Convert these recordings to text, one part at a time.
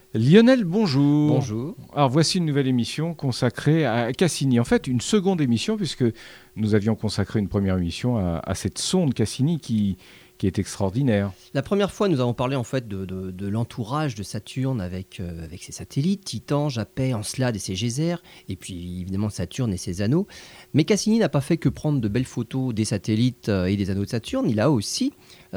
Lionel, bonjour. Bonjour. Alors voici une nouvelle émission consacrée à Cassini. En fait, une seconde émission puisque nous avions consacré une première émission à cette sonde Cassini qui est extraordinaire. La première fois, nous avons parlé en fait de l'entourage de Saturne avec ses satellites, Titan, Japet, Encelade et ses geysers, et puis évidemment Saturne et ses anneaux. Mais Cassini n'a pas fait que prendre de belles photos des satellites et des anneaux de Saturne, il a aussi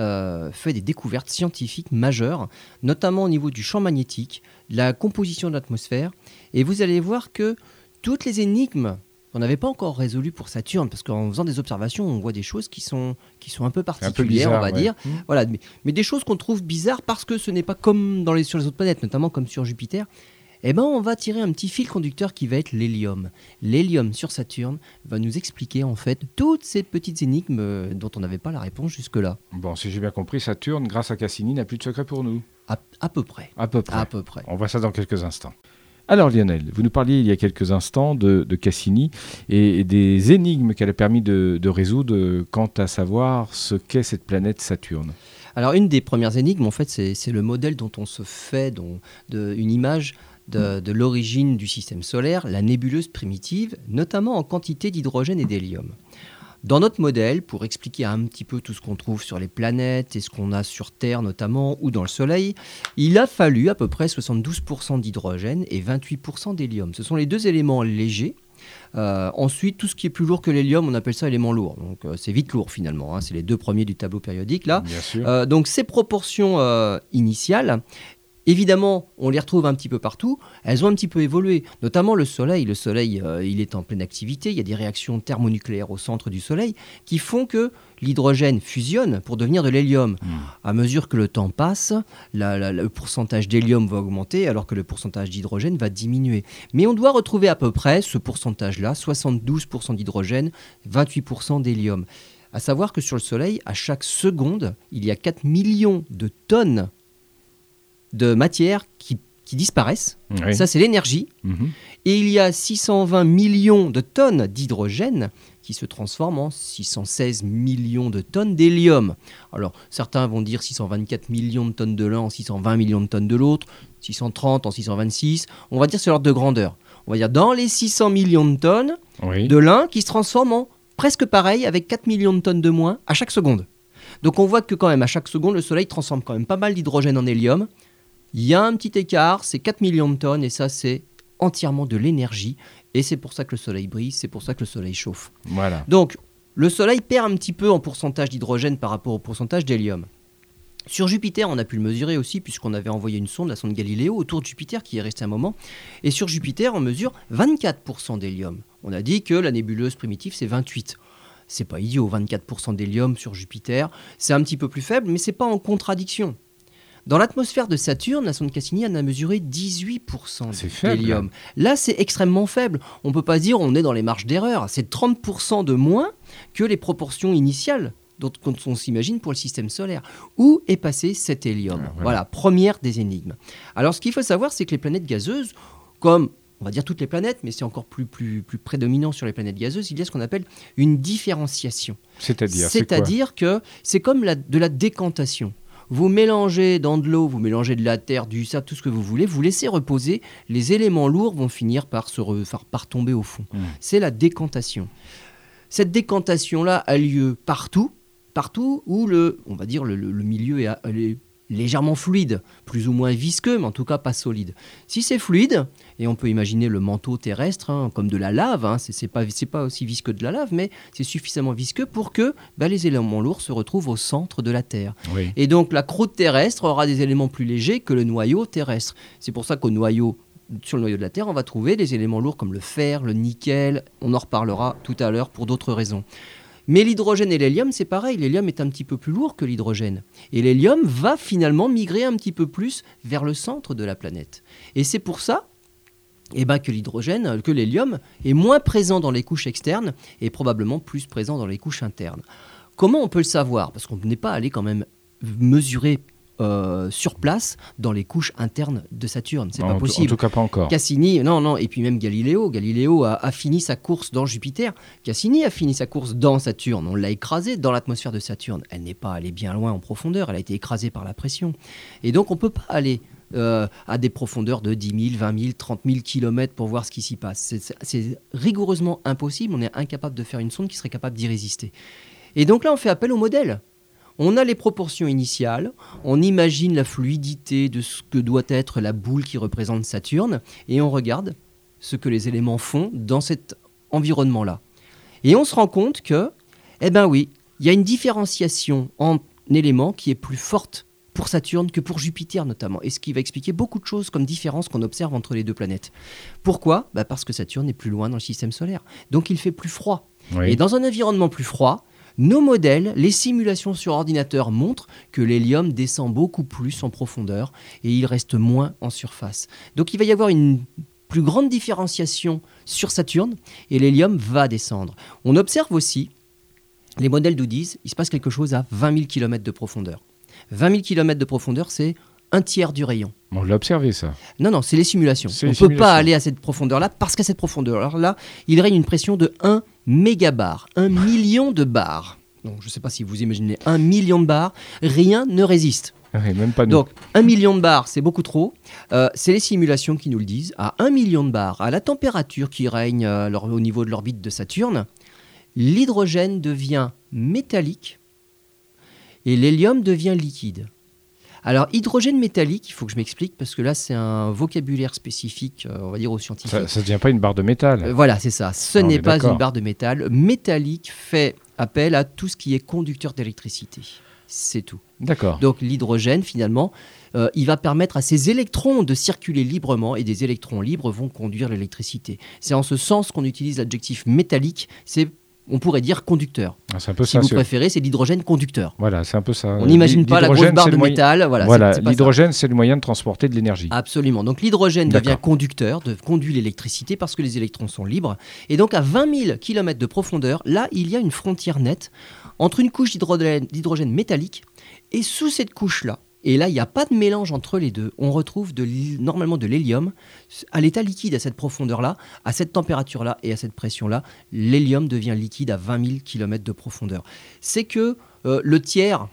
fait des découvertes scientifiques majeures, notamment au niveau du champ magnétique, de la composition de l'atmosphère, et vous allez voir que toutes les énigmes qu'on n'avait pas encore résolues pour Saturne, parce qu'en faisant des observations, on voit des choses qui sont un peu particulières, bizarre, on va dire. Voilà, mais des choses qu'on trouve bizarres parce que ce n'est pas comme sur les autres planètes, notamment comme sur Jupiter. Eh ben, on va tirer un petit fil conducteur qui va être l'hélium. L'hélium sur Saturne va nous expliquer en fait toutes ces petites énigmes dont on n'avait pas la réponse jusque-là. Bon, si j'ai bien compris, Saturne, grâce à Cassini, n'a plus de secret pour nous. À peu près. À peu près. À peu près. On voit ça dans quelques instants. Alors Lionel, vous nous parliez il y a quelques instants de Cassini et des énigmes qu'elle a permis de résoudre quant à savoir ce qu'est cette planète Saturne. Alors une des premières énigmes, en fait, c'est le modèle dont on se fait une image de l'origine du système solaire, la nébuleuse primitive, notamment en quantité d'hydrogène et d'hélium. Dans notre modèle, pour expliquer un petit peu tout ce qu'on trouve sur les planètes et ce qu'on a sur Terre notamment ou dans le Soleil, il a fallu à peu près 72% d'hydrogène et 28% d'hélium. Ce sont les deux éléments légers. Ensuite, tout ce qui est plus lourd que l'hélium, on appelle ça élément lourd. Donc c'est vite lourd finalement, hein. C'est les deux premiers du tableau périodique là. Bien sûr. Donc ces proportions initiales, évidemment, on les retrouve un petit peu partout. Elles ont un petit peu évolué, notamment le Soleil. Le Soleil, il est en pleine activité. Il y a des réactions thermonucléaires au centre du Soleil qui font que l'hydrogène fusionne pour devenir de l'hélium. À mesure que le temps passe, le pourcentage d'hélium va augmenter alors que le pourcentage d'hydrogène va diminuer. Mais on doit retrouver à peu près ce pourcentage-là, 72% d'hydrogène, 28% d'hélium. À savoir que sur le Soleil, à chaque seconde, il y a 4 millions de tonnes de matière qui disparaissent. Oui. Ça, c'est l'énergie. Et il y a 620 millions de tonnes d'hydrogène qui se transforment en 616 millions de tonnes d'hélium. Alors, certains vont dire 624 millions de tonnes de l'un en 620 millions de tonnes de l'autre, 630 en 626. On va dire c'est l'ordre de grandeur. On va dire dans les 600 millions de tonnes de l'un qui se transforment en presque pareil avec 4 millions de tonnes de moins à chaque seconde. Donc on voit que quand même à chaque seconde, le Soleil transforme quand même pas mal d'hydrogène en hélium. Il y a un petit écart, c'est 4 millions de tonnes et ça c'est entièrement de l'énergie et c'est pour ça que le Soleil brille, c'est pour ça que le Soleil chauffe. Voilà. Donc le Soleil perd un petit peu en pourcentage d'hydrogène par rapport au pourcentage d'hélium. Sur Jupiter, on a pu le mesurer aussi puisqu'on avait envoyé une sonde, la sonde Galileo, autour de Jupiter qui est restée un moment. Et sur Jupiter, on mesure 24% d'hélium. On a dit que la nébuleuse primitive c'est 28%. C'est pas idiot, 24% d'hélium sur Jupiter. C'est un petit peu plus faible, mais c'est pas en contradiction. Dans l'atmosphère de Saturne, la sonde Cassini en a mesuré 18% d'hélium. Là, c'est extrêmement faible. On ne peut pas dire on est dans les marges d'erreur. C'est 30% de moins que les proportions initiales dont on s'imagine pour le système solaire. Où est passé cet hélium ? Voilà, première des énigmes. Alors, ce qu'il faut savoir, c'est que les planètes gazeuses, comme on va dire toutes les planètes, mais c'est encore plus prédominant sur les planètes gazeuses, il y a ce qu'on appelle une différenciation. C'est-à-dire que c'est comme de la décantation. Vous mélangez dans de l'eau, vous mélangez de la terre, du sable, tout ce que vous voulez, vous laissez reposer, les éléments lourds vont finir par tomber au fond. C'est la décantation. Cette décantation-là a lieu partout où on va dire le milieu est légèrement fluide, plus ou moins visqueux, mais en tout cas pas solide. Si c'est fluide, et on peut imaginer le manteau terrestre comme de la lave, c'est pas aussi visqueux de la lave, mais c'est suffisamment visqueux pour que les éléments lourds se retrouvent au centre de la Terre. Oui. Et donc la croûte terrestre aura des éléments plus légers que le noyau terrestre. C'est pour ça sur le noyau de la Terre, on va trouver des éléments lourds comme le fer, le nickel, on en reparlera tout à l'heure pour d'autres raisons. Mais l'hydrogène et l'hélium, c'est pareil. L'hélium est un petit peu plus lourd que l'hydrogène. Et l'hélium va finalement migrer un petit peu plus vers le centre de la planète. Et c'est pour ça que l'hélium est moins présent dans les couches externes et probablement plus présent dans les couches internes. Comment on peut le savoir ? Parce qu'on n'est pas allé quand même mesurer sur place dans les couches internes de Saturne. C'est pas possible. En tout cas, pas encore. Cassini, non, et puis même Galiléo. Galiléo a fini sa course dans Jupiter. Cassini a fini sa course dans Saturne. On l'a écrasée dans l'atmosphère de Saturne. Elle n'est pas allée bien loin en profondeur. Elle a été écrasée par la pression. Et donc, on ne peut pas aller à des profondeurs de 10 000, 20 000, 30 000 km pour voir ce qui s'y passe. C'est rigoureusement impossible. On est incapable de faire une sonde qui serait capable d'y résister. Et donc là, on fait appel au modèle. On a les proportions initiales, on imagine la fluidité de ce que doit être la boule qui représente Saturne, et on regarde ce que les éléments font dans cet environnement-là. Et on se rend compte que, oui, il y a une différenciation en éléments qui est plus forte pour Saturne que pour Jupiter notamment, et ce qui va expliquer beaucoup de choses comme différence qu'on observe entre les deux planètes. Pourquoi ? Parce que Saturne est plus loin dans le système solaire, donc il fait plus froid. Oui. Et dans un environnement plus froid, nos modèles, les simulations sur ordinateur montrent que l'hélium descend beaucoup plus en profondeur et il reste moins en surface. Donc il va y avoir une plus grande différenciation sur Saturne et l'hélium va descendre. On observe aussi, les modèles nous disent, il se passe quelque chose à 20 000 km de profondeur. 20 000 km de profondeur, c'est un tiers du rayon. On l'a observé, ça. Non, c'est les simulations. C'est On les ne peut simulations. pas aller à cette profondeur-là parce qu'à cette profondeur-là, il règne une pression de 1 mégabar, 1 million de bars. Donc, je ne sais pas si vous imaginez 1 million de bars, rien ne résiste. Oui, même pas nous. Donc, 1 million de bars, c'est beaucoup trop. C'est les simulations qui nous le disent. À 1 million de bars, à la température qui règne au niveau de l'orbite de Saturne, l'hydrogène devient métallique et l'hélium devient liquide. Alors, hydrogène métallique, il faut que je m'explique, parce que là, c'est un vocabulaire spécifique, on va dire aux scientifiques. Ça ne devient pas une barre de métal. Voilà, c'est ça. Ce On n'est est pas d'accord. une barre de métal. Métallique fait appel à tout ce qui est conducteur d'électricité. C'est tout. D'accord. Donc, l'hydrogène, finalement, il va permettre à ces électrons de circuler librement, et des électrons libres vont conduire l'électricité. C'est en ce sens qu'on utilise l'adjectif métallique. On pourrait dire conducteur. Ah, c'est un peu Si ça. vous préférez, c'est l'hydrogène conducteur. Voilà, c'est un peu ça. On n'imagine pas la grosse L'hydrogène, barre c'est de le moyen- métal. Voilà, Voilà, c'est pas ça. l'hydrogène, c'est le moyen de transporter de l'énergie. Absolument. Donc l'hydrogène devient D'accord. conducteur, conduit l'électricité parce que les électrons sont libres. Et donc à 20 000 km de profondeur, là, il y a une frontière nette entre une couche d'hydrogène métallique et sous cette couche-là, et là, il n'y a pas de mélange entre les deux, on retrouve normalement de l'hélium à l'état liquide à cette profondeur-là, à cette température-là et à cette pression-là. L'hélium devient liquide à 20 000 km de profondeur. C'est que le tiers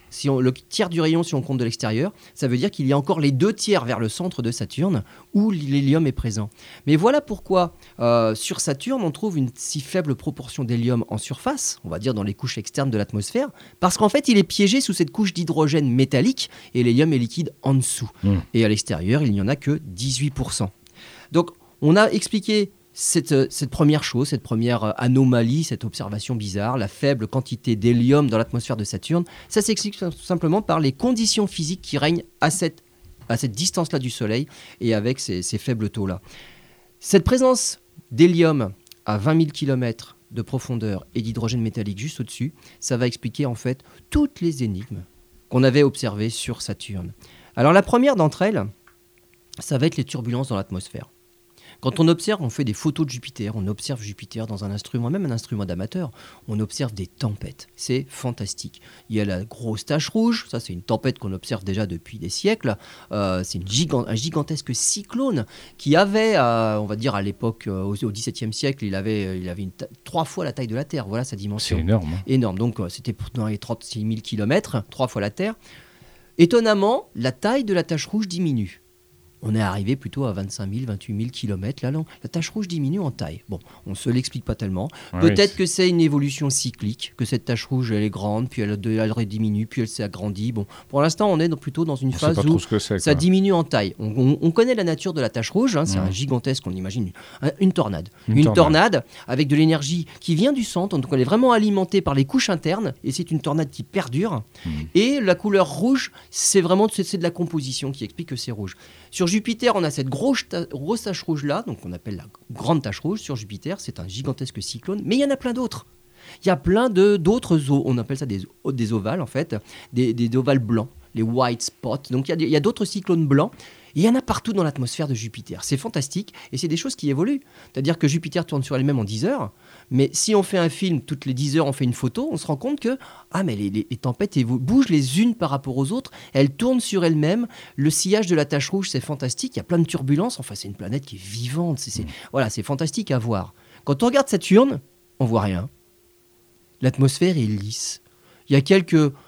du rayon, si on compte de l'extérieur, ça veut dire qu'il y a encore les 2 tiers vers le centre de Saturne où l'hélium est présent. Mais voilà pourquoi sur Saturne, on trouve une si faible proportion d'hélium en surface, on va dire dans les couches externes de l'atmosphère, parce qu'en fait, il est piégé sous cette couche d'hydrogène métallique et l'hélium est liquide en dessous. Et à l'extérieur, il n'y en a que 18%. Donc, on a expliqué cette première chose, cette première anomalie, cette observation bizarre, la faible quantité d'hélium dans l'atmosphère de Saturne. Ça s'explique simplement par les conditions physiques qui règnent à cette distance-là du Soleil et avec ces faibles taux-là. Cette présence d'hélium à 20 000 km de profondeur et d'hydrogène métallique juste au-dessus, ça va expliquer en fait toutes les énigmes qu'on avait observées sur Saturne. Alors la première d'entre elles, ça va être les turbulences dans l'atmosphère. Quand on observe, on fait des photos de Jupiter, on observe Jupiter dans un instrument, même un instrument d'amateur, on observe des tempêtes. C'est fantastique. Il y a la grosse tache rouge, ça c'est une tempête qu'on observe déjà depuis des siècles. C'est un gigantesque cyclone qui avait, on va dire à l'époque, au XVIIe siècle, il avait 3 fois la taille de la Terre. Voilà sa dimension. C'est énorme. Énorme. Donc c'était dans les 36 000 km, 3 fois la Terre. Étonnamment, la taille de la tache rouge diminue. On est arrivé plutôt à 25 000, 28 000 km. Là, la tache rouge diminue en taille. Bon, on ne se l'explique pas tellement. Peut-être que c'est une évolution cyclique, que cette tache rouge, elle est grande, puis elle diminue, puis elle s'est agrandie. Bon, pour l'instant, on est plutôt dans une phase où ça diminue en taille. On connaît la nature de la tache rouge. Hein, c'est un gigantesque, on imagine, une tornade. Une tornade avec de l'énergie qui vient du centre. Donc, elle est vraiment alimentée par les couches internes. Et c'est une tornade qui perdure. Et la couleur rouge, c'est de la composition qui explique que c'est rouge. Sur Jupiter, on a cette grosse tache rouge-là, donc on appelle la grande tache rouge sur Jupiter, c'est un gigantesque cyclone, mais il y en a plein d'autres. Il y a plein d'autres on appelle ça des ovales en fait, des ovales blancs, les white spots. Donc il y a d'autres cyclones blancs, et il y en a partout dans l'atmosphère de Jupiter. C'est fantastique, et c'est des choses qui évoluent. C'est-à-dire que Jupiter tourne sur elle-même en 10 heures, mais si on fait un film, toutes les 10 heures on fait une photo, on se rend compte que mais les tempêtes bougent les unes par rapport aux autres, elles tournent sur elles-mêmes. Le sillage de la tache rouge, c'est fantastique, il y a plein de turbulences, enfin c'est une planète qui est vivante, c'est fantastique à voir. Quand on regarde Saturne, on voit rien. L'atmosphère est lisse. Il y a quelques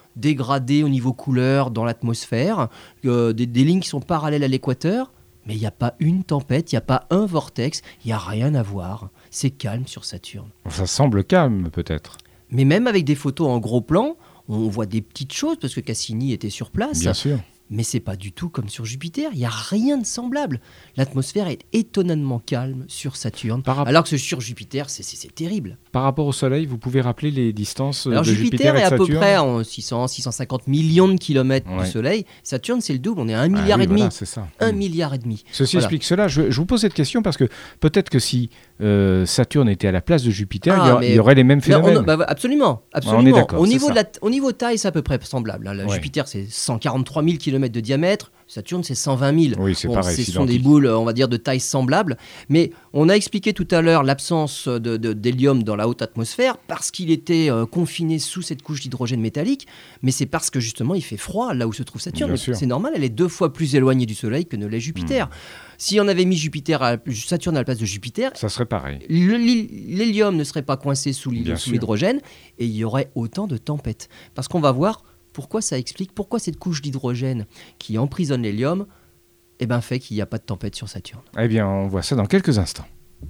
dégradé au niveau couleur dans l'atmosphère, des lignes qui sont parallèles à l'équateur, mais il n'y a pas une tempête, il n'y a pas un vortex, il n'y a rien à voir. C'est calme sur Saturne. Ça semble calme, peut-être. Mais même avec des photos en gros plan, on voit des petites choses, parce que Cassini était sur place. Bien sûr. Mais c'est pas du tout comme sur Jupiter, il n'y a rien de semblable. L'atmosphère est étonnamment calme sur Saturne, alors que sur Jupiter, c'est terrible. Par rapport au Soleil, vous pouvez rappeler les distances alors, de Jupiter et de Saturne ? Jupiter est à peu près en 650 millions de kilomètres du Soleil. Saturne, c'est le double, on est à 1,5 milliard. Voilà, c'est ça. 1,5 milliard. Ceci explique cela. Je vous pose cette question parce que peut-être que si Saturne était à la place de Jupiter, il y aurait les mêmes phénomènes. Absolument. On est d'accord, au niveau de taille, c'est à peu près semblable. Jupiter, c'est 143 000 km de diamètre. Saturne, c'est 120 000. Oui, c'est pareil. Ce sont des boules, on va dire, de taille semblable. Mais on a expliqué tout à l'heure l'absence d'hélium dans la haute atmosphère parce qu'il était confiné sous cette couche d'hydrogène métallique. Mais c'est parce que justement, il fait froid là où se trouve Saturne. C'est normal, elle est 2 fois plus éloignée du Soleil que ne l'est Jupiter. Si on avait mis Saturne à la place de Jupiter, ça serait pareil. L'hélium ne serait pas coincé sous l'hydrogène et il y aurait autant de tempêtes. Parce qu'on va voir pourquoi cette couche d'hydrogène qui emprisonne l'hélium fait qu'il n'y a pas de tempête sur Saturne. Eh bien, on voit ça dans quelques instants.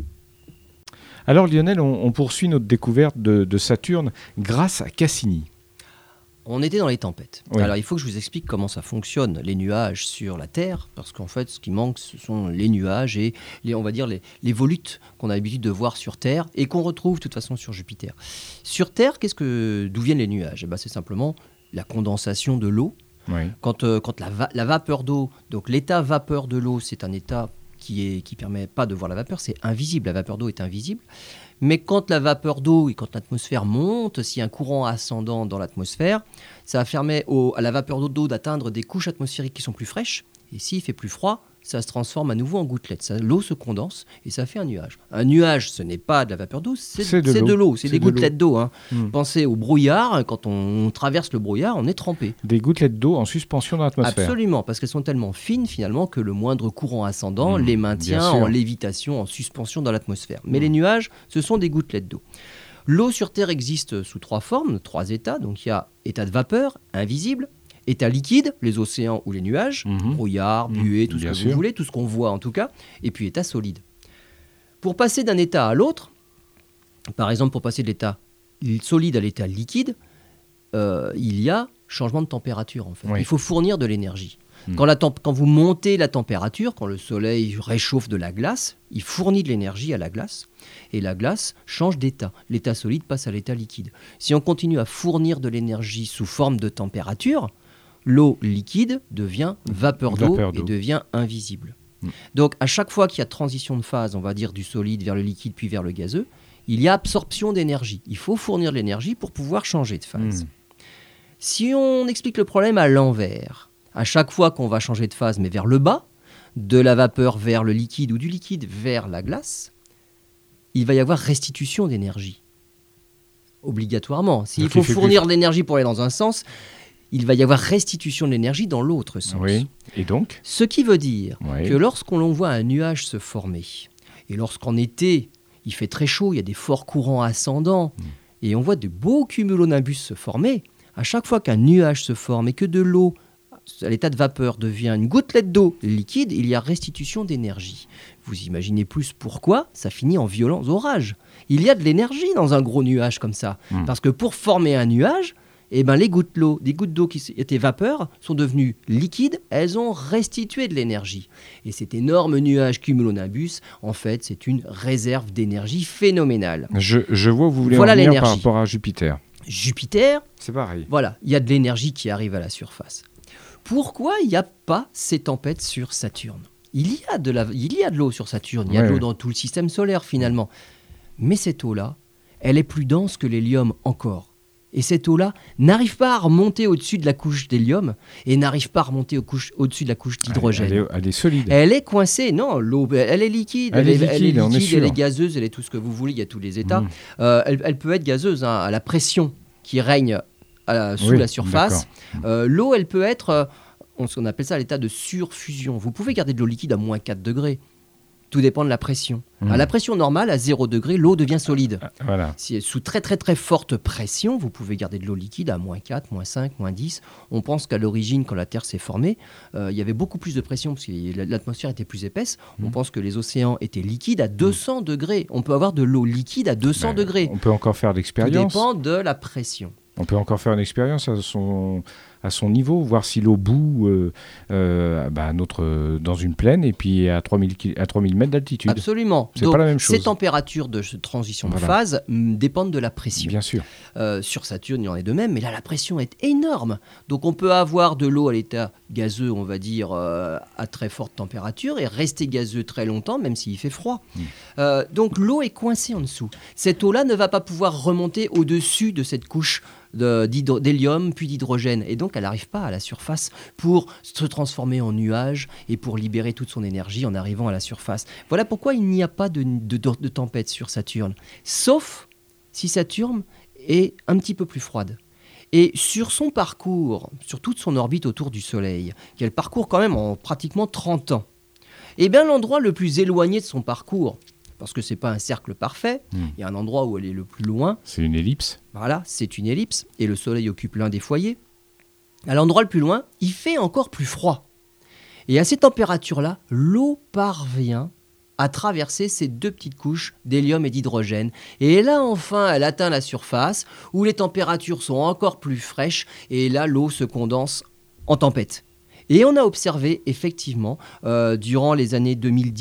Alors Lionel, on poursuit notre découverte de Saturne grâce à Cassini. On était dans les tempêtes. Oui. Alors il faut que je vous explique comment ça fonctionne, les nuages sur la Terre, parce qu'en fait ce qui manque ce sont les nuages et on va dire les volutes qu'on a l'habitude de voir sur Terre et qu'on retrouve de toute façon sur Jupiter. Sur Terre, d'où viennent les nuages ? C'est simplement la condensation de l'eau. Oui. Quand la vapeur d'eau, donc l'état vapeur de l'eau, c'est un état qui permet pas de voir la vapeur, c'est invisible, la vapeur d'eau est invisible. Mais quand la vapeur d'eau et quand l'atmosphère monte, s'il y a un courant ascendant dans l'atmosphère, ça permet à la vapeur d'eau d'atteindre des couches atmosphériques qui sont plus fraîches. Et s'il fait plus froid, ça se transforme à nouveau en gouttelettes. L'eau se condense et ça fait un nuage. Un nuage, ce n'est pas de la vapeur d'eau, c'est de l'eau. C'est des gouttelettes d'eau. Pensez au brouillard. Quand on traverse le brouillard, on est trempé. Des gouttelettes d'eau en suspension dans l'atmosphère. Absolument, parce qu'elles sont tellement fines finalement que le moindre courant ascendant les maintient en lévitation, en suspension dans l'atmosphère. Mais les nuages, ce sont des gouttelettes d'eau. L'eau sur Terre existe sous 3 formes, 3 états. Donc il y a état de vapeur, invisible. État liquide, les océans ou les nuages, brouillard, buée, tout ce que vous voulez, tout ce qu'on voit en tout cas, et puis état solide. Pour passer d'un état à l'autre, par exemple pour passer de l'état solide à l'état liquide, il y a changement de température en fait. Il faut fournir de l'énergie. Quand vous montez la température, quand le soleil réchauffe de la glace, il fournit de l'énergie à la glace et la glace change d'état. L'état solide passe à l'état liquide. Si on continue à fournir de l'énergie sous forme de température, l'eau liquide devient vapeur d'eau et devient invisible. Donc à chaque fois qu'il y a transition de phase, on va dire du solide vers le liquide puis vers le gazeux, il y a absorption d'énergie. Il faut fournir de l'énergie pour pouvoir changer de phase. Si on explique le problème à l'envers, à chaque fois qu'on va changer de phase mais vers le bas, de la vapeur vers le liquide ou du liquide vers la glace, il va y avoir restitution d'énergie. Obligatoirement. S'il faut fournir de l'énergie pour aller dans un sens, il va y avoir restitution de l'énergie dans l'autre sens. Oui. Et donc ? Ce qui veut dire que lorsqu'on voit un nuage se former, et lorsqu'en été, il fait très chaud, il y a des forts courants ascendants, et on voit de beaux cumulonimbus se former, à chaque fois qu'un nuage se forme et que de l'eau, à l'état de vapeur, devient une gouttelette d'eau liquide, il y a restitution d'énergie. Vous imaginez plus pourquoi ça finit en violents orages. Il y a de l'énergie dans un gros nuage comme ça. Parce que pour former un nuage, les gouttes d'eau qui étaient vapeur sont devenues liquides, elles ont restitué de l'énergie. Et cet énorme nuage cumulonimbus, en fait, c'est une réserve d'énergie phénoménale. Je vois où vous voulez en venir par rapport à Jupiter. Jupiter, c'est pareil. Voilà, il y a de l'énergie qui arrive à la surface. Pourquoi il n'y a pas ces tempêtes sur Saturne ? Il y a de l'eau sur Saturne, il y a de l'eau dans tout le système solaire finalement. Mais cette eau-là, elle est plus dense que l'hélium encore. Et cette eau-là n'arrive pas à remonter au-dessus de la couche d'hélium et n'arrive pas à remonter au-dessus de la couche d'hydrogène. Elle est solide. Elle est coincée. Non, l'eau, elle est liquide. Elle est liquide, elle est gazeuse, elle est tout ce que vous voulez, il y a tous les états. Elle peut être gazeuse à la pression qui règne sous la surface. L'eau, elle peut être, on appelle ça l'état de surfusion. Vous pouvez garder de l'eau liquide à moins 4 degrés. Tout dépend de la pression. À la pression normale, à 0 degré, l'eau devient solide. Voilà. Si sous très très très forte pression, vous pouvez garder de l'eau liquide à -4, -5, -10. On pense qu'à l'origine, quand la Terre s'est formée, il y avait beaucoup plus de pression parce que l'atmosphère était plus épaisse. On pense que les océans étaient liquides à 200 degrés. On peut avoir de l'eau liquide à 200 degrés. On peut encore faire Tout l'expérience. dépend de la pression. On peut encore faire une expérience à son niveau, voir si l'eau bout dans une plaine et puis à 3000 mètres d'altitude. Absolument. C'est Donc, pas la même chose. ces températures de transition de phase dépendent de la pression. Bien sûr. Sur Saturne, il y en est de même, mais là, la pression est énorme. Donc, on peut avoir de l'eau à l'état gazeux, on va dire, à très forte température et rester gazeux très longtemps, même s'il fait froid. Donc, l'eau est coincée en dessous. Cette eau-là ne va pas pouvoir remonter au-dessus de cette couche d'hélium puis d'hydrogène, et donc elle n'arrive pas à la surface pour se transformer en nuage et pour libérer toute son énergie en arrivant à la surface. Voilà pourquoi il n'y a pas de tempête sur Saturne, sauf si Saturne est un petit peu plus froide. Et sur son parcours, sur toute son orbite autour du Soleil, qu'elle parcourt quand même en pratiquement 30 ans, et bien l'endroit le plus éloigné de son parcours, parce que ce n'est pas un cercle parfait, il y a un endroit où elle est le plus loin. C'est une ellipse. Voilà, c'est une ellipse, et le Soleil occupe l'un des foyers. À l'endroit le plus loin, il fait encore plus froid. Et à ces températures-là, l'eau parvient à traverser ces deux petites couches d'hélium et d'hydrogène. Et là, enfin, elle atteint la surface, où les températures sont encore plus fraîches, et là, l'eau se condense en tempête. Et on a observé, effectivement, durant les années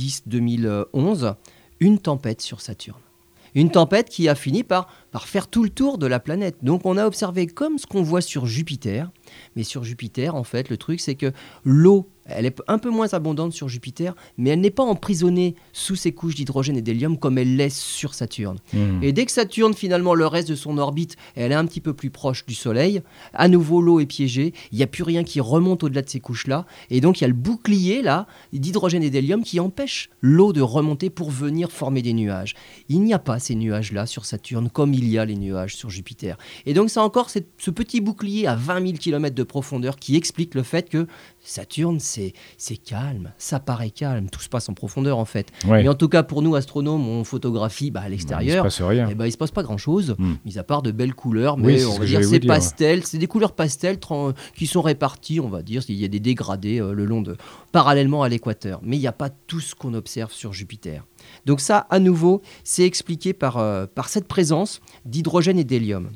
2010-2011, une tempête sur Saturne. Une tempête qui a fini par faire tout le tour de la planète. Donc on a observé comme ce qu'on voit sur Jupiter. Mais sur Jupiter, en fait, le truc, c'est que l'eau, elle est un peu moins abondante sur Jupiter, mais elle n'est pas emprisonnée sous ces couches d'hydrogène et d'hélium comme elle l'est sur Saturne. Et dès que Saturne, finalement, le reste de son orbite, elle est un petit peu plus proche du Soleil, à nouveau, l'eau est piégée, il n'y a plus rien qui remonte au-delà de ces couches-là, et donc il y a le bouclier, là, d'hydrogène et d'hélium qui empêche l'eau de remonter pour venir former des nuages. Il n'y a pas ces nuages-là sur Saturne, comme il y a les nuages sur Jupiter. Et donc c'est encore ce petit bouclier à 20 000 km de profondeur qui explique le fait que Saturne, c'est calme, ça paraît calme, tout se passe en profondeur en fait. Ouais. Mais en tout cas pour nous astronomes, on photographie à l'extérieur, il se passe rien. il ne se passe pas grand-chose, mis à part de belles couleurs, Oui, mais c'est on ce va que dire j'allais c'est vous dire. pastel, c'est des couleurs pastel qui sont réparties, on va dire, il y a des dégradés parallèlement à l'équateur, mais il n'y a pas tout ce qu'on observe sur Jupiter. Donc ça, à nouveau, c'est expliqué par cette présence d'hydrogène et d'hélium.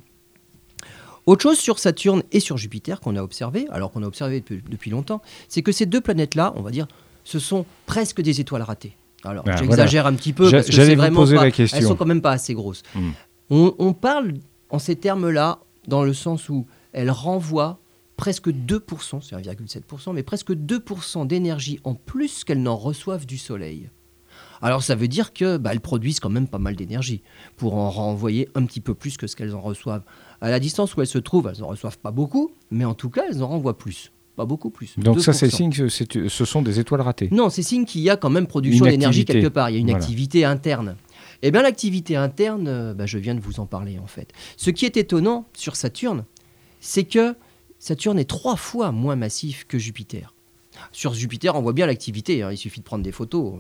Autre chose sur Saturne et sur Jupiter qu'on a observé, alors qu'on a observé depuis longtemps, c'est que ces deux planètes-là, on va dire, ce sont presque des étoiles ratées. Alors, j'exagère un petit peu parce que c'est vraiment pas, elles sont quand même pas assez grosses. On parle en ces termes-là dans le sens où elles renvoient presque 2%, c'est 1,7%, mais presque 2% d'énergie en plus qu'elles n'en reçoivent du Soleil. Alors ça veut dire qu'elles produisent quand même pas mal d'énergie pour en renvoyer un petit peu plus que ce qu'elles en reçoivent. À la distance où elles se trouvent, elles n'en reçoivent pas beaucoup, mais en tout cas, elles en renvoient plus. Pas beaucoup plus. Donc 2%. Ça, c'est signe que ce sont des étoiles ratées. Non, c'est signe qu'il y a quand même production d'énergie quelque part. Il y a une activité interne. Eh bien, l'activité interne, je viens de vous en parler en fait. Ce qui est étonnant sur Saturne, c'est que Saturne est 3 fois moins massif que Jupiter. Sur Jupiter, on voit bien l'activité. Il suffit de prendre des photos.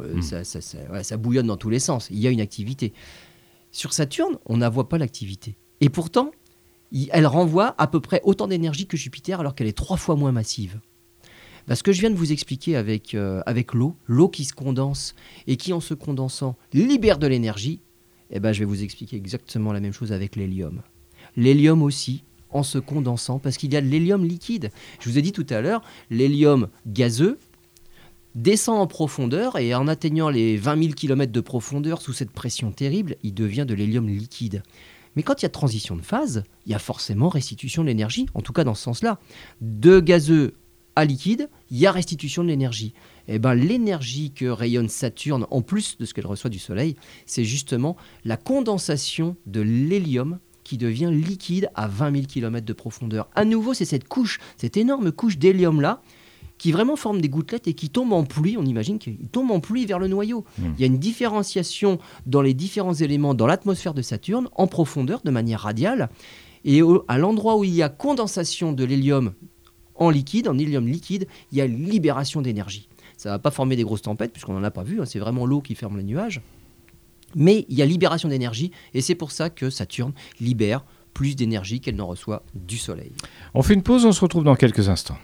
Ça bouillonne dans tous les sens. Il y a une activité. Sur Saturne, on n'a voit pas l'activité. Et pourtant, elle renvoie à peu près autant d'énergie que Jupiter alors qu'elle est 3 fois moins massive. Ce que je viens de vous expliquer avec l'eau qui se condense et qui, en se condensant, libère de l'énergie, je vais vous expliquer exactement la même chose avec l'hélium. L'hélium aussi, en se condensant, parce qu'il y a de l'hélium liquide. Je vous ai dit tout à l'heure, l'hélium gazeux descend en profondeur et en atteignant les 20 000 km de profondeur sous cette pression terrible, il devient de l'hélium liquide. Mais quand il y a transition de phase, il y a forcément restitution de l'énergie, en tout cas dans ce sens-là. De gazeux à liquide, il y a restitution de l'énergie. L'énergie que rayonne Saturne, en plus de ce qu'elle reçoit du Soleil, c'est justement la condensation de l'hélium qui devient liquide à 20 000 km de profondeur. À nouveau, c'est cette énorme couche d'hélium-là, qui vraiment forme des gouttelettes et qui tombe en pluie. On imagine qu'il tombe en pluie vers le noyau. Il y a une différenciation dans les différents éléments dans l'atmosphère de Saturne, en profondeur, de manière radiale. Et à l'endroit où il y a condensation de l'hélium en hélium liquide, il y a libération d'énergie. Ça ne va pas former des grosses tempêtes, puisqu'on n'en a pas vu, hein, c'est vraiment l'eau qui ferme les nuages. Mais il y a libération d'énergie, et c'est pour ça que Saturne libère plus d'énergie qu'elle n'en reçoit du Soleil. On fait une pause, on se retrouve dans quelques instants.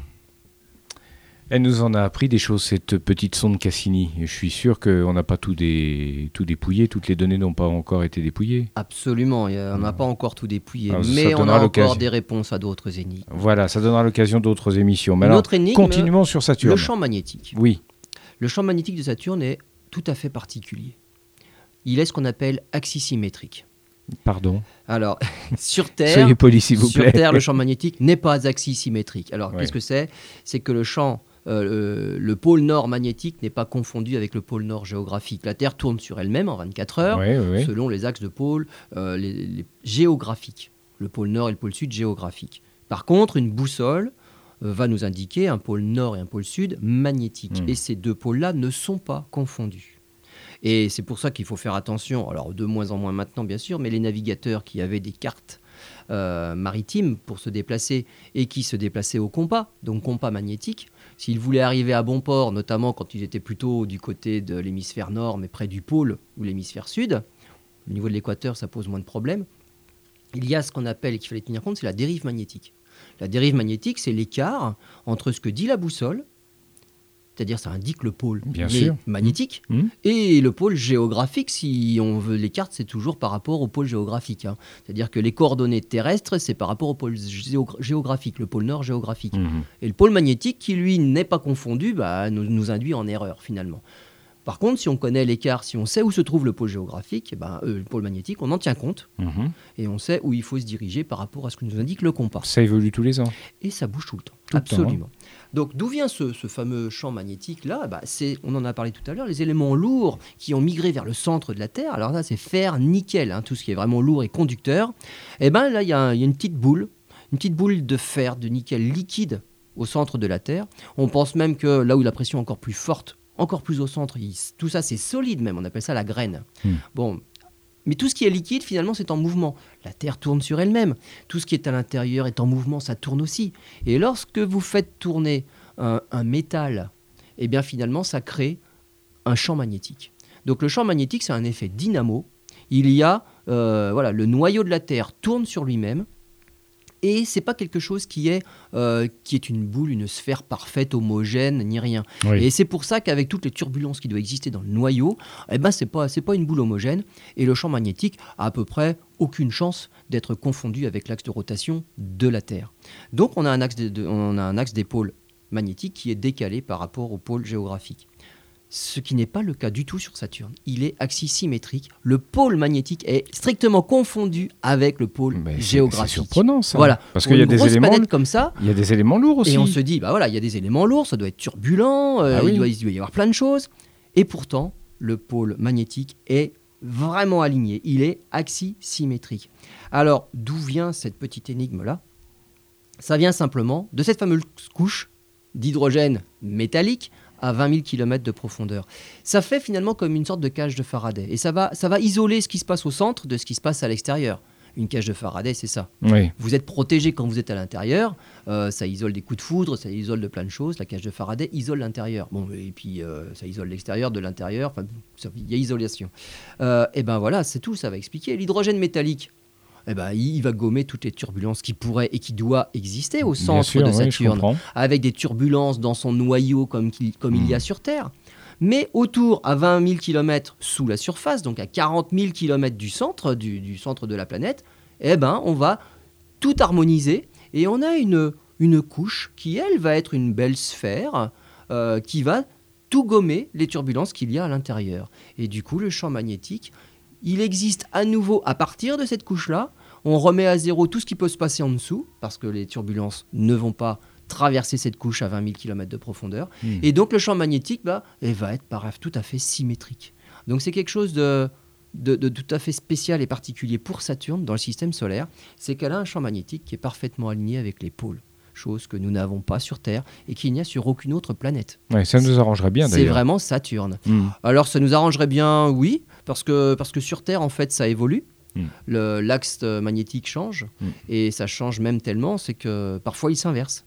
Elle nous en a appris des choses, cette petite sonde Cassini. Et je suis sûr qu'on n'a pas tout dépouillé, toutes les données n'ont pas encore été dépouillées. Absolument, on n'a pas encore tout dépouillé, Alors, mais on a encore des réponses à d'autres énigmes. Voilà, ça donnera l'occasion d'autres émissions. Mais Une alors, autre énigme, continuons sur Saturne. Le champ magnétique. Oui. Le champ magnétique de Saturne est tout à fait particulier. Il est ce qu'on appelle axisymétrique. Pardon. Alors, sur Terre, soyez poli, s'il vous plaît. Sur Terre, le champ magnétique n'est pas axisymétrique. Alors, Ouais. qu'est-ce que c'est ? C'est que le pôle nord magnétique n'est pas confondu avec le pôle nord géographique. La Terre tourne sur elle-même en 24 heures, Oui. selon les axes de pôle les géographiques. Le pôle nord et le pôle sud géographiques. Par contre, une boussole va nous indiquer un pôle nord et un pôle sud magnétique. Et ces deux pôles-là ne sont pas confondus. Et c'est pour ça qu'il faut faire attention, alors de moins en moins maintenant bien sûr, mais les navigateurs qui avaient des cartes maritimes pour se déplacer et qui se déplaçaient au compas, donc compas magnétique, s'ils voulaient arriver à bon port, notamment quand ils étaient plutôt du côté de l'hémisphère nord, mais près du pôle ou l'hémisphère sud, au niveau de l'équateur ça pose moins de problèmes, il y a ce qu'on appelle, et qu'il fallait tenir compte, c'est la dérive magnétique. La dérive magnétique, c'est l'écart entre ce que dit la boussole, c'est-à-dire ça indique le pôle magnétique, et le pôle géographique, si on veut les cartes, c'est toujours par rapport au pôle géographique. Hein. C'est-à-dire que les coordonnées terrestres, c'est par rapport au pôle géographique, le pôle nord géographique. Et le pôle magnétique, qui lui n'est pas confondu, nous induit en erreur finalement. Par contre, si on connaît l'écart, si on sait où se trouve le pôle géographique, le pôle magnétique, on en tient compte, et on sait où il faut se diriger par rapport à ce que nous indique le compas. Ça évolue tous les ans. Et ça bouge tout le temps, tout absolument. Le temps, hein. Donc d'où vient ce fameux champ magnétique-là ? On en a parlé tout à l'heure, les éléments lourds qui ont migré vers le centre de la Terre, alors là c'est fer, nickel, hein, tout ce qui est vraiment lourd et conducteur, et là il y a une petite boule de fer, de nickel liquide au centre de la Terre. On pense même que là où la pression est encore plus forte, encore plus au centre, tout ça c'est solide même, on appelle ça la graine. Bon, mais tout ce qui est liquide finalement c'est en mouvement. La Terre tourne sur elle-même. Tout ce qui est à l'intérieur est en mouvement, ça tourne aussi. Et lorsque vous faites tourner un métal, eh bien finalement ça crée un champ magnétique. Donc le champ magnétique c'est un effet dynamo. Il y a, le noyau de la Terre tourne sur lui-même. Et c'est pas quelque chose qui est une boule, une sphère parfaite, homogène, ni rien. Oui. Et c'est pour ça qu'avec toutes les turbulences qui doivent exister dans le noyau, c'est pas une boule homogène. Et le champ magnétique a à peu près aucune chance d'être confondu avec l'axe de rotation de la Terre. Donc on a un axe des pôles magnétiques qui est décalé par rapport au pôle géographique. Ce qui n'est pas le cas du tout sur Saturne. Il est axisymétrique. Le pôle magnétique est strictement confondu avec le pôle géographique. C'est surprenant ça. Voilà. Parce qu'il y a des éléments comme ça. Il y a des éléments lourds aussi. Et on se dit, il y a des éléments lourds, ça doit être turbulent, il doit y avoir plein de choses. Et pourtant, le pôle magnétique est vraiment aligné. Il est axisymétrique. Alors, d'où vient cette petite énigme-là ? Ça vient simplement de cette fameuse couche d'hydrogène métallique à 20 000 km de profondeur. Ça fait finalement comme une sorte de cage de Faraday. Et ça va isoler ce qui se passe au centre de ce qui se passe à l'extérieur. Une cage de Faraday, c'est ça. Oui. Vous êtes protégé quand vous êtes à l'intérieur. Ça isole des coups de foudre, ça isole de plein de choses. La cage de Faraday isole l'intérieur. Bon, et puis ça isole l'extérieur de l'intérieur. Enfin, il y a isolation. Et voilà, c'est tout. Ça va expliquer. L'hydrogène métallique, il va gommer toutes les turbulences qui pourraient et qui doivent exister au centre de Saturne, avec des turbulences dans son noyau comme il y a sur Terre. Mais autour, à 20 000 km sous la surface, donc à 40 000 km du centre de la planète, on va tout harmoniser et on a une couche qui, elle, va être une belle sphère qui va tout gommer les turbulences qu'il y a à l'intérieur. Et du coup, le champ magnétique, il existe à nouveau à partir de cette couche-là. On remet à zéro tout ce qui peut se passer en dessous, parce que les turbulences ne vont pas traverser cette couche à 20 000 km de profondeur. Et donc le champ magnétique va être tout à fait symétrique. Donc c'est quelque chose de tout à fait spécial et particulier pour Saturne dans le système solaire. C'est qu'elle a un champ magnétique qui est parfaitement aligné avec les pôles. Chose que nous n'avons pas sur Terre et qu'il n'y a sur aucune autre planète. Ouais, ça nous arrangerait bien d'ailleurs. C'est vraiment Saturne. Alors ça nous arrangerait bien, oui, parce que sur Terre, en fait, ça évolue. L'axe magnétique change et ça change même tellement, c'est que parfois il s'inverse.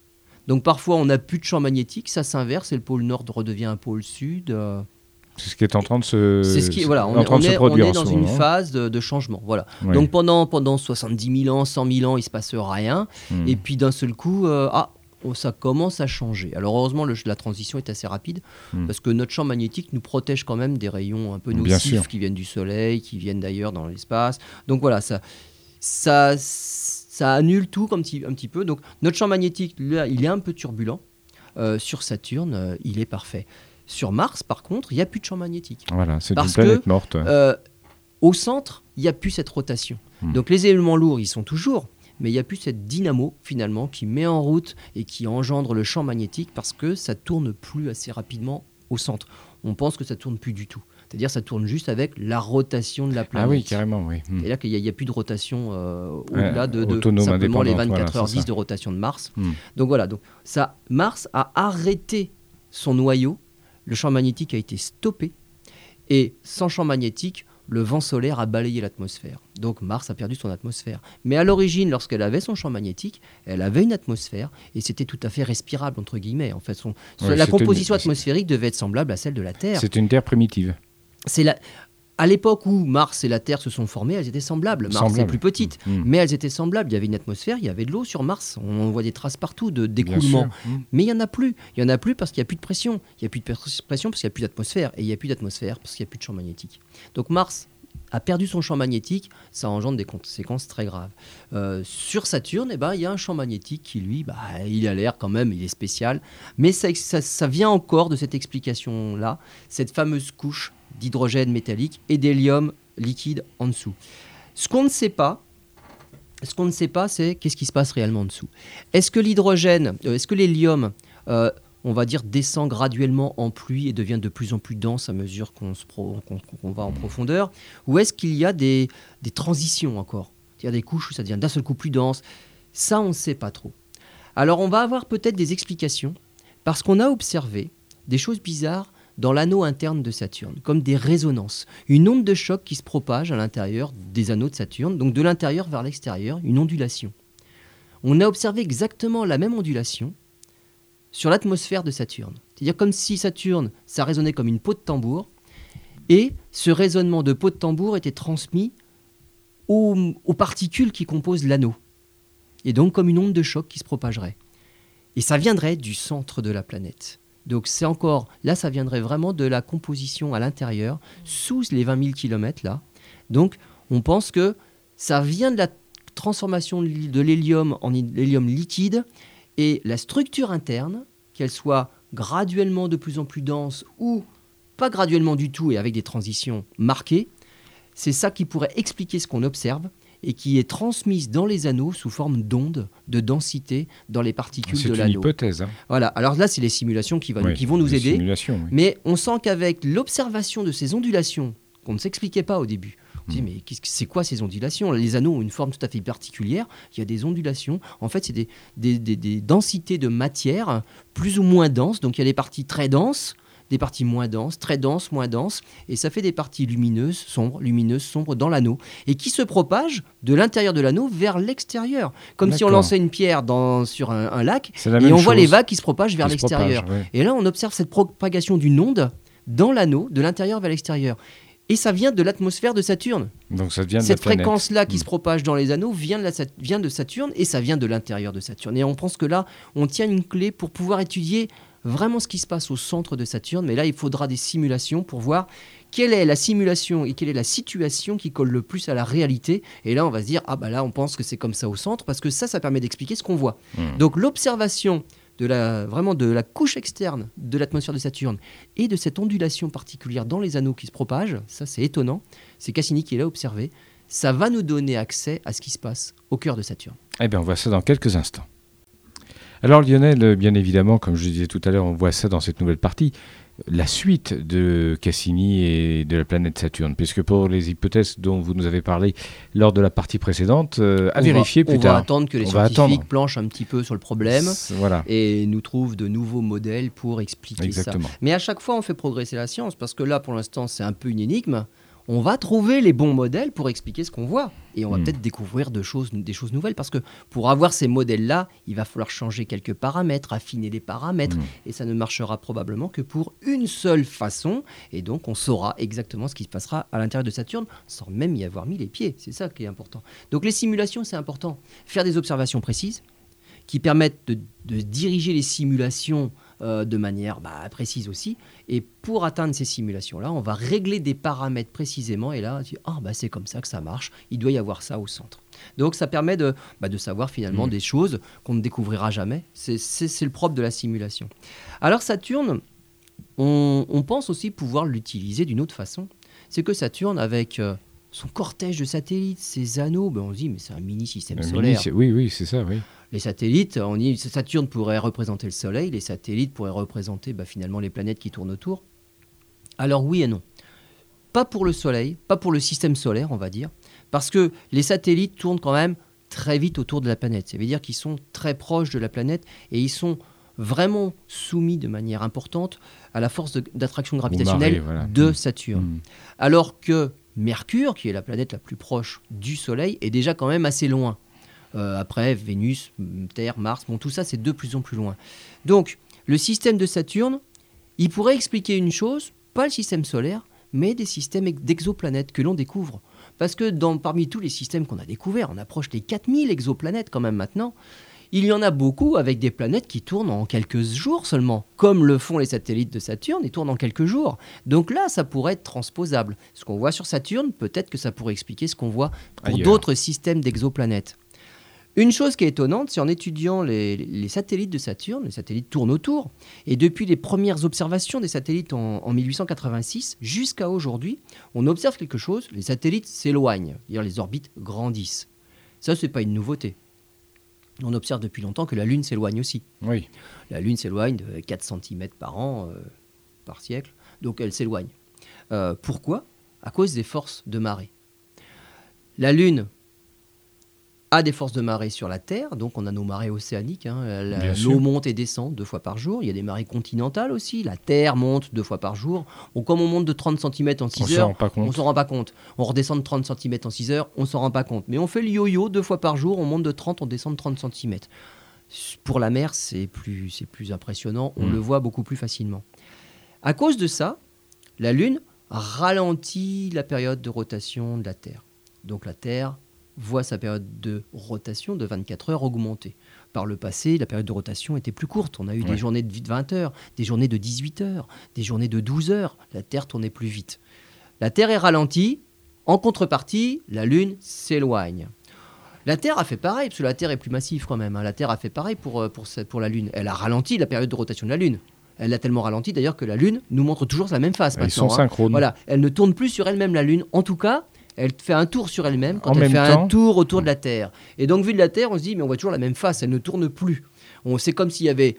Donc parfois on n'a plus de champ magnétique, ça s'inverse et le pôle nord redevient un pôle sud. C'est ce qui est en train de se, voilà, on est dans une phase de changement. Voilà. Ouais. Donc pendant 70 000 ans, 100 000 ans, il ne se passe rien. Et puis d'un seul coup, ça commence à changer. Alors heureusement, la transition est assez rapide parce que notre champ magnétique nous protège quand même des rayons un peu nocifs qui viennent du Soleil, qui viennent d'ailleurs dans l'espace. Donc voilà, ça annule tout un petit peu. Donc notre champ magnétique, là, il est un peu turbulent. Sur Saturne, il est parfait. Sur Mars, par contre, il n'y a plus de champ magnétique. Voilà, c'est une planète morte. Au centre, il n'y a plus cette rotation. Donc les éléments lourds, ils sont toujours, mais il n'y a plus cette dynamo, finalement, qui met en route et qui engendre le champ magnétique parce que ça ne tourne plus assez rapidement au centre. On pense que ça ne tourne plus du tout. C'est-à-dire que ça tourne juste avec la rotation de la planète. Ah oui, carrément, oui. C'est-à-dire qu'il n'y a plus de rotation au-delà de simplement les 24h10 de rotation de Mars. Donc voilà, Mars a arrêté son noyau. Le champ magnétique a été stoppé et sans champ magnétique, le vent solaire a balayé l'atmosphère. Donc Mars a perdu son atmosphère. Mais à l'origine, lorsqu'elle avait son champ magnétique, elle avait une atmosphère et c'était tout à fait respirable, entre guillemets. En fait, la composition atmosphérique devait être semblable à celle de la Terre. C'est une Terre primitive. À l'époque où Mars et la Terre se sont formées, elles étaient semblables. Mars est plus petite, mais elles étaient semblables. Il y avait une atmosphère, il y avait de l'eau sur Mars. On voit des traces partout d'écoulement. Mais il n'y en a plus. Il n'y en a plus parce qu'il n'y a plus de pression. Il n'y a plus de pression parce qu'il n'y a plus d'atmosphère. Et il n'y a plus d'atmosphère parce qu'il n'y a plus de champ magnétique. Donc Mars a perdu son champ magnétique. Ça engendre des conséquences très graves. Sur Saturne, il y a un champ magnétique qui, lui, il a l'air quand même, il est spécial. Mais ça vient encore de cette explication-là, cette fameuse couche d'hydrogène métallique et d'hélium liquide en dessous. Ce qu'on ne sait pas, c'est qu'est-ce qui se passe réellement en dessous. Est-ce que l'hélium, on va dire, descend graduellement en pluie et devient de plus en plus dense à mesure qu'on va en profondeur, ou est-ce qu'il y a des transitions encore, c'est-à-dire des couches où ça devient d'un seul coup plus dense? Ça, on ne sait pas trop. Alors, on va avoir peut-être des explications parce qu'on a observé des choses bizarres dans l'anneau interne de Saturne, comme des résonances. Une onde de choc qui se propage à l'intérieur des anneaux de Saturne, donc de l'intérieur vers l'extérieur, une ondulation. On a observé exactement la même ondulation sur l'atmosphère de Saturne. C'est-à-dire comme si Saturne, ça résonnait comme une peau de tambour, et ce résonnement de peau de tambour était transmis aux particules qui composent l'anneau. Et donc comme une onde de choc qui se propagerait. Et ça viendrait du centre de la planète. Donc là ça viendrait vraiment de la composition à l'intérieur, sous les 20 000 km là. Donc on pense que ça vient de la transformation de l'hélium en hélium liquide et la structure interne, qu'elle soit graduellement de plus en plus dense ou pas graduellement du tout et avec des transitions marquées, c'est ça qui pourrait expliquer ce qu'on observe et qui est transmise dans les anneaux sous forme d'ondes, de densité dans les particules de l'anneau. C'est une hypothèse. Hein. Voilà, alors là, c'est les simulations qui vont nous aider. Mais on sent qu'avec l'observation de ces ondulations, qu'on ne s'expliquait pas au début, on se dit, mais c'est quoi ces ondulations? Les anneaux ont une forme tout à fait particulière, il y a des ondulations. En fait, c'est des densités de matière plus ou moins denses, donc il y a des parties très denses, des parties moins denses, très denses, moins denses, et ça fait des parties lumineuses, sombres dans l'anneau, et qui se propagent de l'intérieur de l'anneau vers l'extérieur, comme si on lançait une pierre sur un lac, et on voit les vagues qui se propagent vers l'extérieur. Et là, on observe cette propagation d'une onde dans l'anneau, de l'intérieur vers l'extérieur. Et ça vient de l'atmosphère de Saturne. Donc ça vient de cette fréquence-là qui se propage dans les anneaux vient de Saturne, et ça vient de l'intérieur de Saturne. Et on pense que là, on tient une clé pour pouvoir étudier vraiment ce qui se passe au centre de Saturne, mais là il faudra des simulations pour voir quelle est la simulation et quelle est la situation qui colle le plus à la réalité. Et là on va se dire, là on pense que c'est comme ça au centre, parce que ça permet d'expliquer ce qu'on voit. Donc l'observation de la couche externe de l'atmosphère de Saturne et de cette ondulation particulière dans les anneaux qui se propagent, ça c'est étonnant, c'est Cassini qui l'a observé, ça va nous donner accès à ce qui se passe au cœur de Saturne. Eh bien on voit ça dans quelques instants. Alors Lionel, bien évidemment, comme je disais tout à l'heure, on voit ça dans cette nouvelle partie, la suite de Cassini et de la planète Saturne, puisque pour les hypothèses dont vous nous avez parlé lors de la partie précédente, à vérifier plus tard. On va attendre que les scientifiques planchent un petit peu sur le problème et nous trouvent de nouveaux modèles pour expliquer ça. Mais à chaque fois, on fait progresser la science, parce que là, pour l'instant, c'est un peu une énigme. on va trouver les bons modèles pour expliquer ce qu'on voit. Et on va Mm. peut-être découvrir des choses nouvelles. Parce que pour avoir ces modèles-là, il va falloir changer quelques paramètres, affiner les paramètres. Mm. Et ça ne marchera probablement que pour une seule façon. Et donc, on saura exactement ce qui se passera à l'intérieur de Saturne sans même y avoir mis les pieds. C'est ça qui est important. Donc, les simulations, c'est important. Faire des observations précises qui permettent de diriger les simulations de manière précise aussi. Et pour atteindre ces simulations-là, on va régler des paramètres précisément. Et là, on dit, c'est comme ça que ça marche. Il doit y avoir ça au centre. Donc, ça permet de savoir finalement des choses qu'on ne découvrira jamais. C'est le propre de la simulation. Alors, Saturne, on pense aussi pouvoir l'utiliser d'une autre façon. C'est que Saturne, avec son cortège de satellites, ses anneaux, on se dit, mais c'est un mini-système solaire. Oui, c'est ça, oui. Les satellites, on dit Saturne pourrait représenter le Soleil, les satellites pourraient représenter finalement les planètes qui tournent autour. Alors oui et non. Pas pour le Soleil, pas pour le système solaire, on va dire, parce que les satellites tournent quand même très vite autour de la planète. Ça veut dire qu'ils sont très proches de la planète et ils sont vraiment soumis de manière importante à la force d'attraction gravitationnelle de Saturne. Alors que Mercure, qui est la planète la plus proche du Soleil, est déjà quand même assez loin. Après, Vénus, Terre, Mars, tout ça, c'est de plus en plus loin. Donc, le système de Saturne, il pourrait expliquer une chose, pas le système solaire, mais des systèmes d'exoplanètes que l'on découvre. Parce que parmi tous les systèmes qu'on a découverts, on approche les 4000 exoplanètes quand même maintenant, il y en a beaucoup avec des planètes qui tournent en quelques jours seulement, comme le font les satellites de Saturne, ils tournent en quelques jours. Donc là, ça pourrait être transposable. Ce qu'on voit sur Saturne, peut-être que ça pourrait expliquer ce qu'on voit pour d'autres systèmes d'exoplanètes. Une chose qui est étonnante, c'est en étudiant les satellites de Saturne, les satellites tournent autour, et depuis les premières observations des satellites en 1886 jusqu'à aujourd'hui, on observe quelque chose, les satellites s'éloignent, c'est-à-dire les orbites grandissent. Ça, ce n'est pas une nouveauté. On observe depuis longtemps que la Lune s'éloigne aussi. Oui. La Lune s'éloigne de 4 cm par an, par siècle, donc elle s'éloigne. Pourquoi ? À cause des forces de marée. La Lune a des forces de marée sur la Terre, donc on a nos marées océaniques, l'eau monte et descend 2 fois par jour, il y a des marées continentales aussi, la Terre monte 2 fois par jour, comme on monte de 30 cm en 6 heures, on ne s'en rend pas compte, on redescend de 30 cm en 6 heures, on ne s'en rend pas compte, mais on fait le yo-yo 2 fois par jour, on monte de 30, on descend de 30 cm. Pour la mer, c'est plus impressionnant, on le voit beaucoup plus facilement. À cause de ça, la Lune ralentit la période de rotation de la Terre. Donc la Terre voit sa période de rotation de 24 heures augmenter. Par le passé, la période de rotation était plus courte. On a eu des journées de 20 heures, des journées de 18 heures, des journées de 12 heures. La Terre tournait plus vite. La Terre est ralentie. En contrepartie, la Lune s'éloigne. La Terre a fait pareil, parce que la Terre est plus massive quand même. La Terre a fait pareil pour la Lune. Elle a ralenti la période de rotation de la Lune. Elle l'a tellement ralenti d'ailleurs que la Lune nous montre toujours la même face maintenant. Ils sont synchrones. Voilà, elle ne tourne plus sur elle-même la Lune. En tout cas, elle fait un tour sur elle-même quand elle fait un tour autour de la Terre. Et donc, vu de la Terre, on se dit, mais on voit toujours la même face, elle ne tourne plus. C'est comme s'il y avait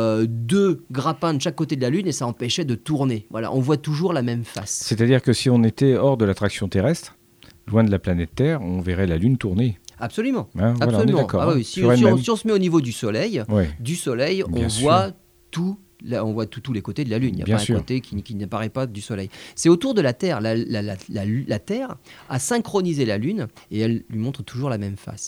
2 grappins de chaque côté de la Lune et ça empêchait de tourner. Voilà, on voit toujours la même face. C'est-à-dire que si on était hors de l'attraction terrestre, loin de la planète Terre, on verrait la Lune tourner. Absolument. Voilà, on est d'accord. Si on se met au niveau du Soleil, Bien on voit tout. Là, on voit tous les côtés de la Lune. Il n'y a pas un côté qui n'apparaît pas du Soleil. C'est autour de la Terre. La Terre a synchronisé la Lune et elle lui montre toujours la même face.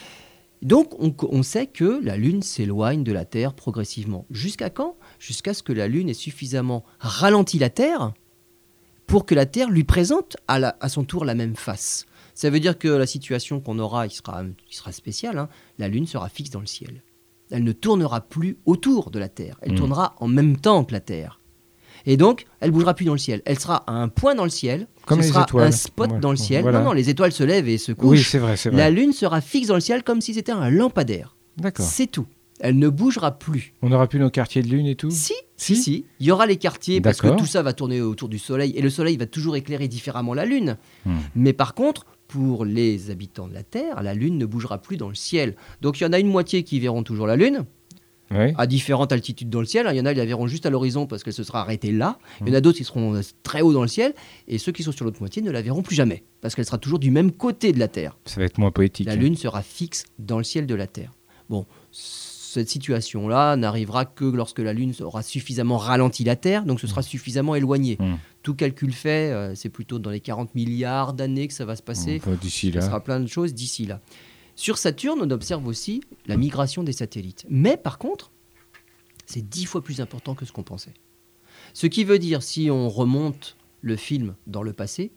Donc, on sait que la Lune s'éloigne de la Terre progressivement. Jusqu'à quand ? Jusqu'à ce que la Lune ait suffisamment ralenti la Terre pour que la Terre lui présente à son tour la même face. Ça veut dire que la situation qu'on aura, il sera spéciale. La Lune sera fixe dans le ciel. Elle ne tournera plus autour de la Terre. Elle tournera en même temps que la Terre. Et donc, elle ne bougera plus dans le ciel. Elle sera à un point dans le ciel. Comme ce sera étoiles. Un spot dans le ciel. Voilà. Non, les étoiles se lèvent et se couchent. Oui, c'est vrai. La Lune sera fixe dans le ciel comme si c'était un lampadaire. D'accord. C'est tout. Elle ne bougera plus. On n'aura plus nos quartiers de Lune et tout ? Si. Il y aura les quartiers parce que tout ça va tourner autour du Soleil. Et le Soleil va toujours éclairer différemment la Lune. Mais par contre, pour les habitants de la Terre, la Lune ne bougera plus dans le ciel. Donc il y en a une moitié qui verront toujours la Lune. À différentes altitudes dans le ciel. Il y en a qui la verront juste à l'horizon parce qu'elle se sera arrêtée là. Il y en a d'autres qui seront très haut dans le ciel. Et ceux qui sont sur l'autre moitié ne la verront plus jamais parce qu'elle sera toujours du même côté de la Terre. Ça va être moins poétique. La Lune sera fixe dans le ciel de la Terre. Bon, cette situation-là n'arrivera que lorsque la Lune aura suffisamment ralenti la Terre, donc ce sera suffisamment éloigné. tout calcul fait, c'est plutôt dans les 40 milliards d'années que ça va se passer. Enfin, d'ici là. Ça sera plein de choses d'ici là. Sur Saturne, on observe aussi la migration des satellites. Mais par contre, c'est 10 fois plus important que ce qu'on pensait. Ce qui veut dire, si on remonte le film dans le passé,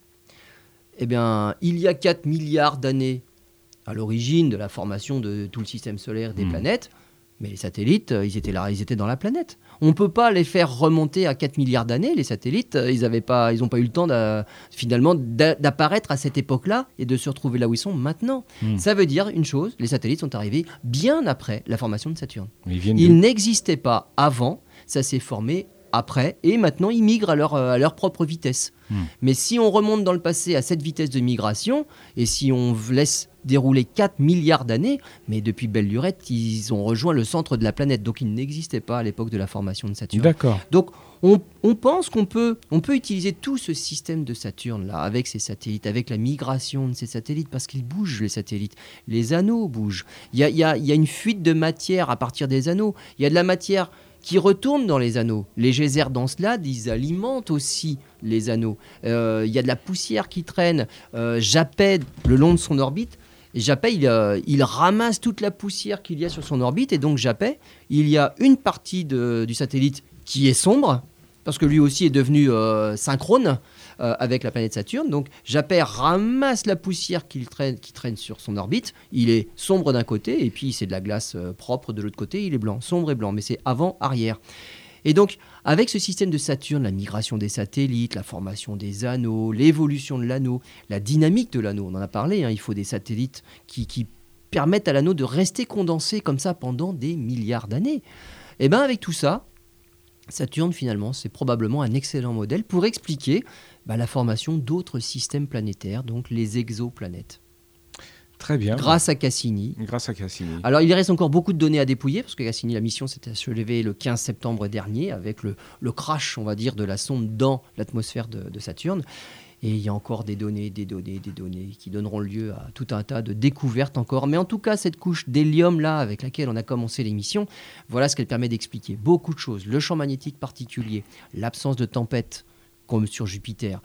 eh bien, il y a 4 milliards d'années à l'origine de la formation de tout le système solaire des planètes, mais les satellites, ils étaient là, ils étaient dans la planète. On ne peut pas les faire remonter à 4 milliards d'années, les satellites. Ils n'ont pas eu le temps finalement d'apparaître à cette époque-là et de se retrouver là où ils sont maintenant. Ça veut dire une chose, les satellites sont arrivés bien après la formation de Saturne. Ils n'existaient pas avant, ça s'est formé après, et maintenant ils migrent à leur propre vitesse. Mais si on remonte dans le passé à cette vitesse de migration, et si on laisse dérouler 4 milliards d'années, mais depuis belle lurette, ils ont rejoint le centre de la planète, donc ils n'existaient pas à l'époque de la formation de Saturne. D'accord. Donc on pense qu'on peut utiliser tout ce système de Saturne là, avec ses satellites, avec la migration de ces satellites, parce qu'ils bougent les satellites, les anneaux bougent. Il y a une fuite de matière à partir des anneaux, il y a de la matière qui retournent dans les anneaux. Les geysers d'Encelade, ils alimentent aussi les anneaux. Il y a de la poussière qui traîne. Japet, le long de son orbite, et Japet, il ramasse toute la poussière qu'il y a sur son orbite. Et donc Japet, il y a une partie du satellite qui est sombre, parce que lui aussi est devenu synchrone avec la planète Saturne. Donc Japet ramasse la poussière qui traîne sur son orbite. Il est sombre d'un côté, et puis c'est de la glace propre de l'autre côté. Il est blanc, sombre et blanc, mais c'est avant-arrière. Et donc, avec ce système de Saturne, la migration des satellites, la formation des anneaux, l'évolution de l'anneau, la dynamique de l'anneau, on en a parlé, il faut des satellites qui permettent à l'anneau de rester condensé comme ça pendant des milliards d'années. Et bien avec tout ça, Saturne, finalement, c'est probablement un excellent modèle pour expliquer la formation d'autres systèmes planétaires, donc les exoplanètes. Très bien. Grâce à Cassini. Alors, il reste encore beaucoup de données à dépouiller, parce que Cassini, la mission s'était achevée le 15 septembre dernier, avec le crash, on va dire, de la sonde dans l'atmosphère de Saturne. Et il y a encore des données qui donneront lieu à tout un tas de découvertes encore. Mais en tout cas, cette couche d'hélium-là, avec laquelle on a commencé l'émission, voilà ce qu'elle permet d'expliquer. Beaucoup de choses. Le champ magnétique particulier, l'absence de tempête, comme sur Jupiter,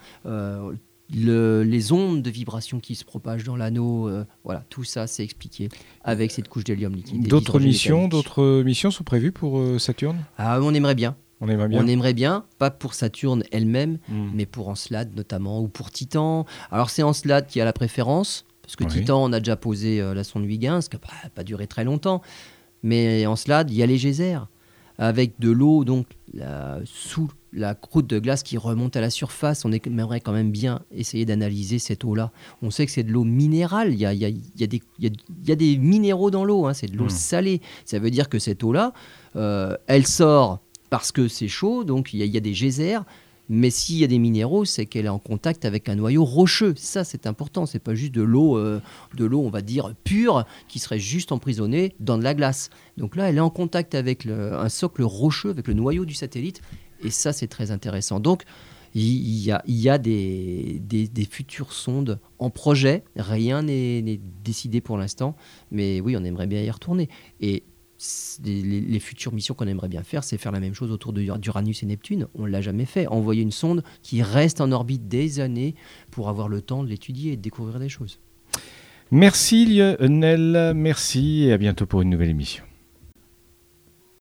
les ondes de vibration qui se propagent dans l'anneau, voilà, tout ça, c'est expliqué avec cette couche d'hélium liquide. D'autres missions sont prévues pour Saturne ? On aimerait bien. On aimerait bien, pas pour Saturne elle-même, mais pour Encelade notamment, ou pour Titan. Alors c'est Encelade qui a la préférence, parce que Titan, on a déjà posé la sonde Huygens, qui n'a pas duré très longtemps. Mais Encelade, il y a les geysers, avec de l'eau donc sous la croûte de glace qui remonte à la surface. On aimerait quand même bien essayer d'analyser cette eau-là. On sait que c'est de l'eau minérale, il y a des minéraux dans l'eau, c'est de l'eau salée. Ça veut dire que cette eau-là, elle sort parce que c'est chaud, donc il y a des geysers, mais s'il y a des minéraux, c'est qu'elle est en contact avec un noyau rocheux. Ça, c'est important, c'est pas juste de l'eau, on va dire, pure, qui serait juste emprisonnée dans de la glace. Donc là, elle est en contact avec un socle rocheux, avec le noyau du satellite, et ça, c'est très intéressant. Donc, il y a des futures sondes en projet, rien n'est décidé pour l'instant, mais oui, on aimerait bien y retourner. Et les futures missions qu'on aimerait bien faire, c'est faire la même chose autour d'Uranus et Neptune. On ne l'a jamais fait. Envoyer une sonde qui reste en orbite des années pour avoir le temps de l'étudier et de découvrir des choses. Merci Lionel, merci et à bientôt pour une nouvelle émission.